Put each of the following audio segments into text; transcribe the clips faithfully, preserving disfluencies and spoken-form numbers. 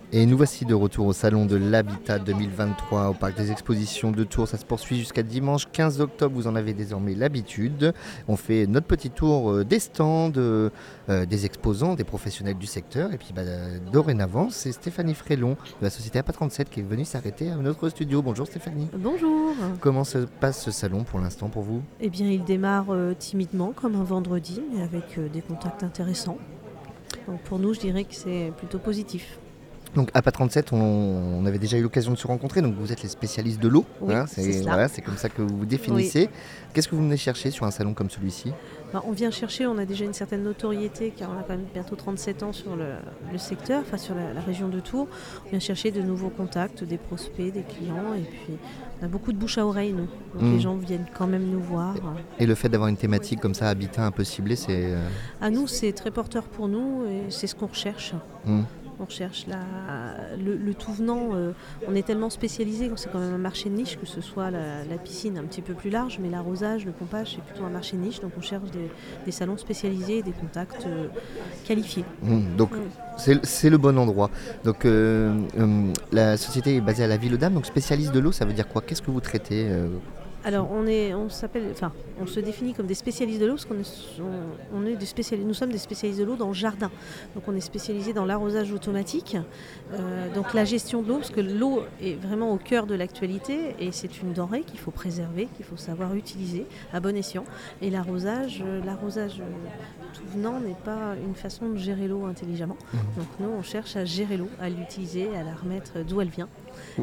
Et nous voici de retour au Salon de l'Habitat deux mille vingt-trois au Parc des Expositions de Tours. Ça se poursuit jusqu'à dimanche quinze octobre, vous en avez désormais l'habitude. On fait notre petit tour euh, des stands, euh, euh, des exposants, des professionnels du secteur. Et puis bah, dorénavant, c'est Stéphanie Frélon de la société A P A trente-sept qui est venue s'arrêter à notre studio. Bonjour Stéphanie. Bonjour. Comment se passe ce salon pour l'instant pour vous ? Eh bien, il démarre euh, timidement, comme un vendredi, mais avec euh, des contacts intéressants. Donc pour nous, je dirais que c'est plutôt positif. Donc A P A trente-sept, on, on avait déjà eu l'occasion de se rencontrer, donc vous êtes les spécialistes de l'eau, Oui, hein, c'est c'est, cela. voilà, c'est comme ça que vous vous définissez. Oui. Qu'est-ce que vous venez chercher sur un salon comme celui-ci ? Ben, on vient chercher, on a déjà une certaine notoriété, car on a quand même bientôt trente-sept ans sur le, le secteur, enfin sur la, la région de Tours. On vient chercher de nouveaux contacts, des prospects, des clients, et puis on a beaucoup de bouche à oreille, nous. Donc Mmh. les gens viennent quand même nous voir. Et le fait d'avoir une thématique comme ça, habitat un peu ciblée, c'est... euh, À nous, c'est très porteur pour nous, et c'est ce qu'on recherche. mmh. On recherche la, le, le tout venant, euh, on est tellement spécialisé, c'est quand même un marché de niche, que ce soit la, la piscine un petit peu plus large, mais l'arrosage, le pompage, c'est plutôt un marché de niche, donc on cherche des, des salons spécialisés et des contacts euh, qualifiés. Mmh, donc Mmh. c'est, c'est le bon endroit. Donc euh, euh, la société est basée à la Ville aux Dames, donc spécialiste de l'eau, ça veut dire quoi ? Qu'est-ce que vous traitez euh Alors on est, on s'appelle, enfin, on se définit comme des spécialistes de l'eau parce qu'on est, on, on est des spécialistes, nous sommes des spécialistes de l'eau dans le jardin. Donc on est spécialisé dans l'arrosage automatique, euh, donc la gestion de l'eau, parce que l'eau est vraiment au cœur de l'actualité et c'est une denrée qu'il faut préserver, qu'il faut savoir utiliser à bon escient. Et l'arrosage, euh, l'arrosage euh, tout venant n'est pas une façon de gérer l'eau intelligemment. Mmh. Donc nous on cherche à gérer l'eau, à l'utiliser, à la remettre d'où elle vient. Et,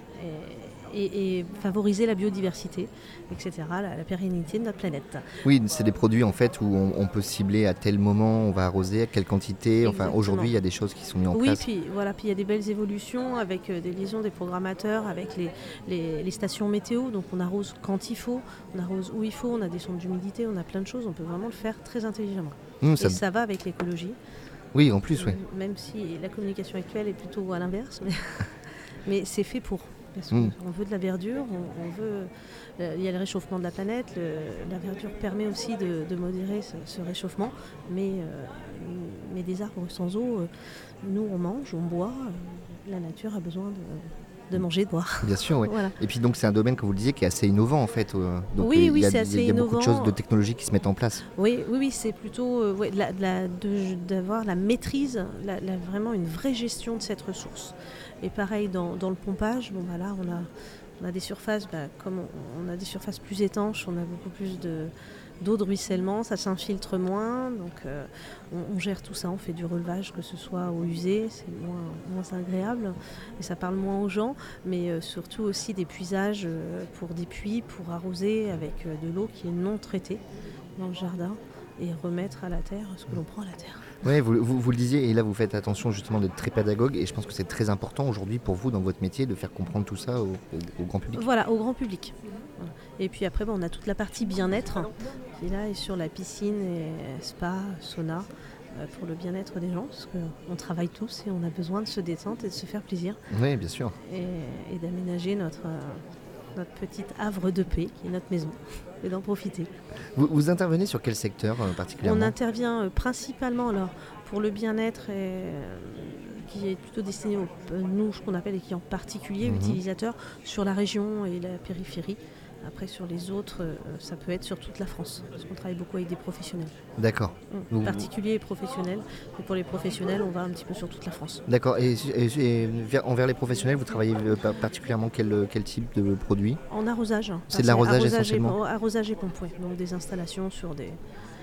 Et, et favoriser la biodiversité, et cetera, la, la pérennité de notre planète. Oui, c'est des produits en fait où on, on peut cibler à tel moment, on va arroser, à quelle quantité. Enfin, Exactement. aujourd'hui, il y a des choses qui sont mises en Oui, place. puis voilà, puis il y a des belles évolutions avec euh, des liaisons des programmateurs, avec les, les, les stations météo. Donc on arrose quand il faut, on arrose où il faut, on a des sondes d'humidité, on a plein de choses. On peut vraiment le faire très intelligemment. Mmh, Et ça... ça va avec l'écologie. Oui, en plus, oui. Même si la communication actuelle est plutôt à l'inverse, mais, mais c'est fait pour. Parce Mmh. qu'on veut de la verdure, on, on veut, euh, il y a le réchauffement de la planète, le, la verdure permet aussi de, de modérer ce, ce réchauffement, mais, euh, mais des arbres sans eau, euh, nous on mange, on boit, euh, la nature a besoin de, de manger et de boire. Bien sûr, oui. Voilà. Et puis donc c'est un domaine, comme vous le disiez, qui est assez innovant en fait. euh, donc Oui, il oui, y a, c'est assez il y a beaucoup de innovant. choses, de technologies qui se mettent en place. Oui, oui, oui, c'est plutôt euh, ouais, la, la, de, d'avoir la maîtrise, la, la, vraiment une vraie gestion de cette ressource. Et pareil dans, dans le pompage, bon bah là on a, on a des surfaces, bah, comme on, on a des surfaces plus étanches, on a beaucoup plus de, d'eau de ruissellement, ça s'infiltre moins, donc euh, on, on gère tout ça, on fait du relevage, que ce soit eau usée, c'est moins, moins agréable et ça parle moins aux gens, mais euh, surtout aussi des puisages euh, pour des puits, pour arroser avec euh, de l'eau qui est non traitée dans le jardin et remettre à la terre ce que l'on prend à la terre. Oui, vous, vous, vous le disiez, et là vous faites attention justement d'être très pédagogue, et je pense que c'est très important aujourd'hui pour vous dans votre métier de faire comprendre tout ça au, au, au grand public. Voilà, au grand public. Voilà. Et puis après, bon, on a toute la partie bien-être qui là est sur la piscine et spa, sauna, euh, pour le bien-être des gens, parce qu'on travaille tous et on a besoin de se détendre et de se faire plaisir. Oui, bien sûr. Et, et d'aménager notre, euh, notre petite havre de paix, qui est notre maison, et d'en profiter. Vous, vous intervenez sur quel secteur euh, particulièrement ? On intervient euh, principalement alors, pour le bien-être, et, euh, qui est plutôt destiné aux euh, nous, ce qu'on appelle les clients particuliers, Mhm. utilisateurs, sur la région et la périphérie. Après, sur les autres, euh, ça peut être sur toute la France, parce qu'on travaille beaucoup avec des professionnels. D'accord. Mmh. Vous- Particuliers et professionnels. Et pour les professionnels, on va un petit peu sur toute la France. D'accord. Et, et- et vers- envers les professionnels, vous travaillez euh, par- particulièrement quel, quel type de produit ? En arrosage. hein. C'est de l'arrosage arrosage essentiellement. et, arrosage et pompe, ouais. Donc des installations sur des,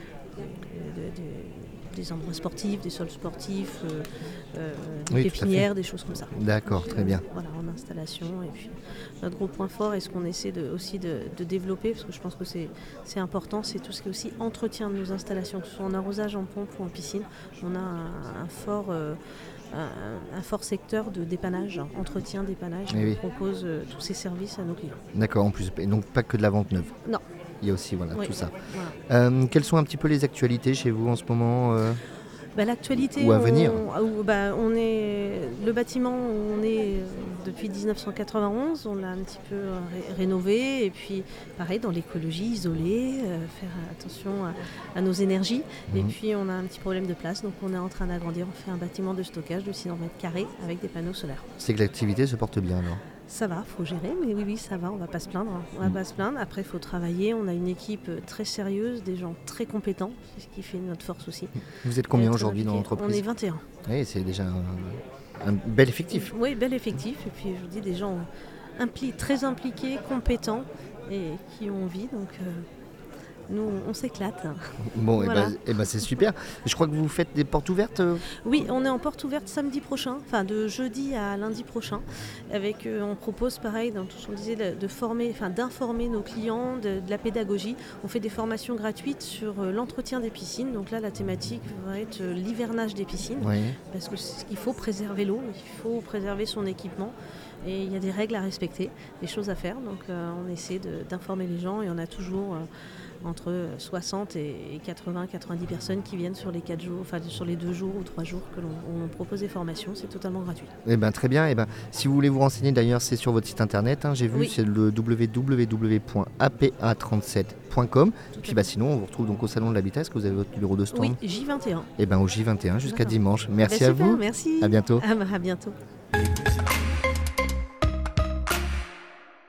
des, des- des endroits sportifs, des sols sportifs, euh, euh, des Oui, tout à pépinières, des choses comme ça. D'accord, très bien. Voilà, en installation. Et puis notre gros point fort et ce qu'on essaie de, aussi de, de développer, parce que je pense que c'est, c'est important, c'est tout ce qui est aussi entretien de nos installations, que ce soit en arrosage, en pompe ou en piscine. On a un, un fort... Euh, Un, un fort secteur de dépannage, entretien, dépannage. Eh On oui. propose euh, tous ces services à nos clients. D'accord, en plus. Et donc pas que de la vente neuve. Non. Il y a aussi voilà, Oui. tout ça. Voilà. Euh, quelles sont un petit peu les actualités chez vous en ce moment euh Bah, l'actualité, Ou à on, venir. où, bah, on est le bâtiment où on est depuis dix-neuf cent quatre-vingt-onze, on l'a un petit peu ré- rénové. Et puis, pareil, dans l'écologie, isoler, euh, faire attention à, à nos énergies. Mmh. Et puis, on a un petit problème de place. Donc, on est en train d'agrandir. On fait un bâtiment de stockage de six cents mètres carrés avec des panneaux solaires. C'est que l'activité se porte bien, alors? Ça va, il faut gérer, mais oui, oui, ça va, on va pas se plaindre. On va mmh. pas se plaindre. Après, il faut travailler. On a une équipe très sérieuse, des gens très compétents, c'est ce qui fait notre force aussi. Vous êtes combien aujourd'hui dans l'entreprise? On est vingt et un. Oui, c'est déjà un, un bel effectif. Oui, bel effectif. Et puis, je vous dis, des gens impli- très impliqués, compétents et qui ont envie. Donc, euh, nous, on s'éclate. Bon, voilà. et ben, et ben c'est super. Je crois que vous faites des portes ouvertes. Oui, on est en porte ouverte samedi prochain, enfin de jeudi à lundi prochain. Avec, euh, on propose pareil, dans tout ce qu'on disait, de, de former, enfin d'informer nos clients, de, de la pédagogie. On fait des formations gratuites sur euh, l'entretien des piscines. Donc là, la thématique va être euh, l'hivernage des piscines, oui. Parce que c'est, il faut préserver l'eau, il faut préserver son équipement. Et il y a des règles à respecter, des choses à faire. Donc euh, on essaie de, d'informer les gens et on a toujours euh, entre soixante et quatre-vingts quatre-vingt-dix personnes qui viennent sur les quatre jours, enfin sur les deux jours ou trois jours que l'on on propose des formations. C'est totalement gratuit. Eh ben, très bien. Eh ben, si vous voulez vous renseigner, d'ailleurs, c'est sur votre site internet. Hein, j'ai vu, oui. C'est le w w w point a p a trente-sept point com. Puis bah, sinon, on vous retrouve donc au Salon de l'Habitat. Est-ce que vous avez votre numéro de stand? Oui, J vingt et un. Eh ben, au J vingt et un jusqu'à D'accord. dimanche. Merci bah, à super, vous. Merci. À bientôt. Ah bah, à bientôt.